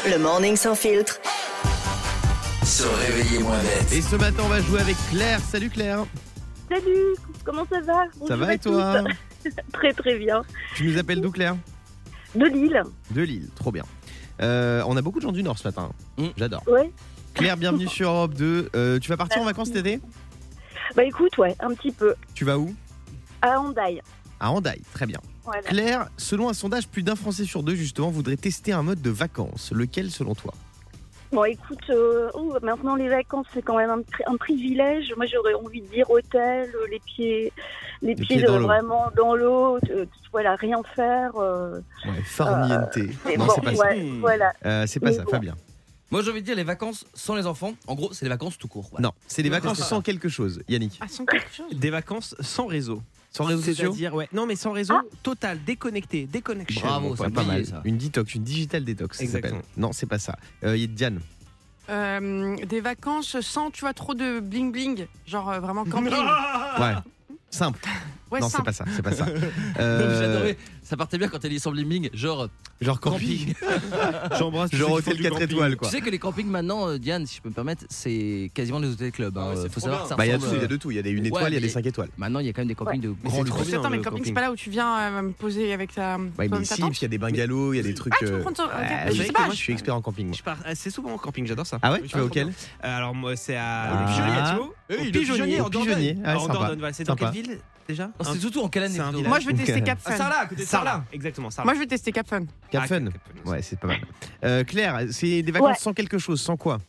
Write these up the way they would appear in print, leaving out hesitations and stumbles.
Le morning sans filtre. Se réveiller moins bête. Et ce matin, on va jouer avec Claire. Salut Claire. Salut, comment ça va? Ça va à et toi? tous. Très très bien. Tu nous appelles d'où, Claire? De Lille. De Lille, trop bien. On a beaucoup de gens du Nord ce matin. J'adore. Ouais. Claire, bienvenue sur Europe 2. Tu vas partir en vacances cet été? Bah écoute, ouais, un petit peu. Tu vas où? À Hendaye. À Hendaye, très bien. Voilà. Claire, selon un sondage, plus d'un Français sur deux, justement, voudrait tester un mode de vacances. Lequel, selon toi? Bon écoute, maintenant les vacances c'est quand même un privilège. Moi j'aurais envie de dire hôtel, les pieds dans l'eau. vraiment dans l'eau, voilà, rien faire. Ouais, farniente. Non, bon, c'est pas ouais, voilà. ça. C'est pas Mais ça, bon. Fabien. Moi j'ai envie de dire les vacances sans les enfants. En gros, c'est les vacances tout court. Voilà. Non, c'est des vacances sans quelque chose. Yannick. Ah, sans quelque chose. Des vacances sans réseau. Sans réseaux sociaux. C'est-à-dire, ouais. Non, mais sans réseau total, déconnecté, déconnexion. Bravo, Ouais, ça pas me mal. ça. Une détox, une digital détox. Ça Exactement. s'appelle. Non, c'est pas ça. Il y a Diane. Des vacances sans, tu vois, trop de bling bling. Genre vraiment camping. Ouais. Simple. Ouais, Non, c'est simple. pas ça. C'est pas ça. J'adorais. Ça partait bien quand elle y sans bling, genre Genre camping. J'embrasse. Genre tous ceux hôtel qui font 4 du camping. étoiles, quoi. Tu sais que les campings maintenant, Diane, si je peux me permettre, c'est quasiment des hôtels clubs. Ah ouais, c'est Faut trop savoir bien. que ça Bah, il y a ressemble, tout, il y a de tout. Il y a des 1 Ouais, étoile, il y a mais- des 5 étoiles. Maintenant, il y a quand même des campings de Mais grande c'est trop luxe. bien. Attends, mais le camping, c'est camping. pas là où tu viens me poser avec ta. Ouais, ta mais si, tante parce qu'il y a des bungalows, il y a des trucs. Ah, tu peux prendre ton. ok. Ouais, Je je sais pas. je suis expert en camping, moi. Je pars assez souvent en camping, j'adore ça. Ah ouais, tu vas auquel? Alors moi c'est Ah. à Pigeonnier, à Thibaut. Au Pigeonnier, Au Pigeonnier. Ah, en sympa. Dordogne, voilà. C'est dans Sympa. quelle ville déjà? Non, c'est surtout en quelle année C'est un plutôt village. Moi, je vais tester Ok. Cap Fun. Sarlat, à côté de Sarlat. Exactement, Sarlat. Moi, je vais tester Cap Fun. Cap Ah, Fun. Cap Fun. Ouais, c'est pas mal. Claire, c'est des vacances Ouais. sans quelque chose, sans quoi?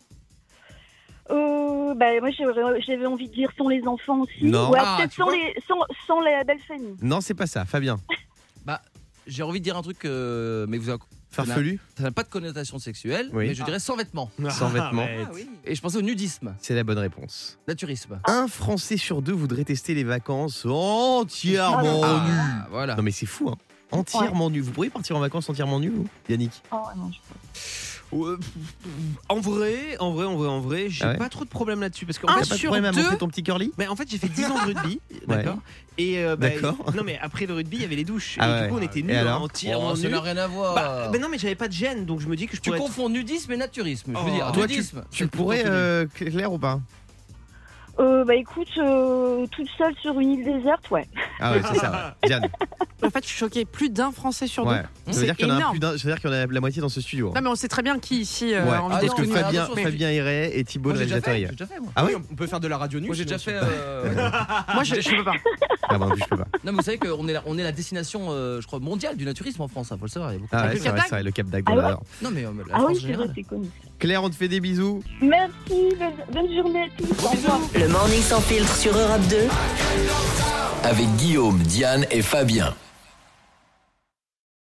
Bah moi j'avais envie de dire sans les enfants aussi. Non. Ouais, Ah, peut-être tu vois sans la belle famille. Non, c'est pas ça. Fabien. J'ai envie de dire un truc, mais Farfelu? ça n'a pas de connotation sexuelle, Oui. mais je dirais sans vêtements. Sans vêtements. arrête. Et je pensais au nudisme, C'est la bonne réponse. naturisme. Un Français sur deux voudrait tester les vacances entièrement Ah, nus. Ah, voilà. Non mais c'est fou, hein. Entièrement nu. Vous pourriez partir en vacances entièrement nu, vous, Yannick? Oh non, je Ouais, En vrai, j'ai Ah ouais pas trop de problème là-dessus parce qu'en Un T'as fait, pas de sur problème à deux. montrer ton petit curly? mais en fait, j'ai fait 10 ans de rugby, Ouais. d'accord. Et D'accord. non mais après le rugby, il y avait les douches Ah et ouais. du coup, on était Et nus alors entièrement Oh, ça nus. n'a rien à voir. Mais non, mais j'avais pas de gêne, donc je me dis que je Tu pourrais. confonds nudisme et naturisme. Je veux Oh. dire, Toi, nudisme. tu pourrais, Claire, ou pas? Bah écoute, toute seule sur une île déserte, ouais. Ah ouais, c'est ça. Ouais. Diane. En fait, je suis choquée. Plus d'un Français sur Ouais. deux. Ça veut C'est dire qu'il y en a énorme. ça veut dire qu'il y en a la moitié dans ce studio. hein. Non, mais on sait très bien qui ici Ouais. a envie Ah d'être Parce que non, mais Fabien, attention, mais- Fabien Héret et Thibaut, Moi, le j'ai déjà réalisateur fait. hier. J'ai déjà fait, moi. Ah oui? On peut faire de la radio nulle. Moi, j'ai déjà fait. Moi, je peux pas. Ah bon, je peux pas. Non, mais vous savez qu'on est la destination, je crois, mondiale du naturisme en France. Hein, faut le savoir. Il y a beaucoup de Ah ouais, Le c'est Cap vrai, d'Agde c'est vrai, le Cap d'Agde. Ah on ouais adore. Non, mais la Ah France oui, en c'est vrai, général. c'est connu. Claire, on te fait des bisous. Merci, bonne journée à tous. Au revoir. Le morning sans filtre sur Europe 2. Avec Guillaume, Diane et Fabien.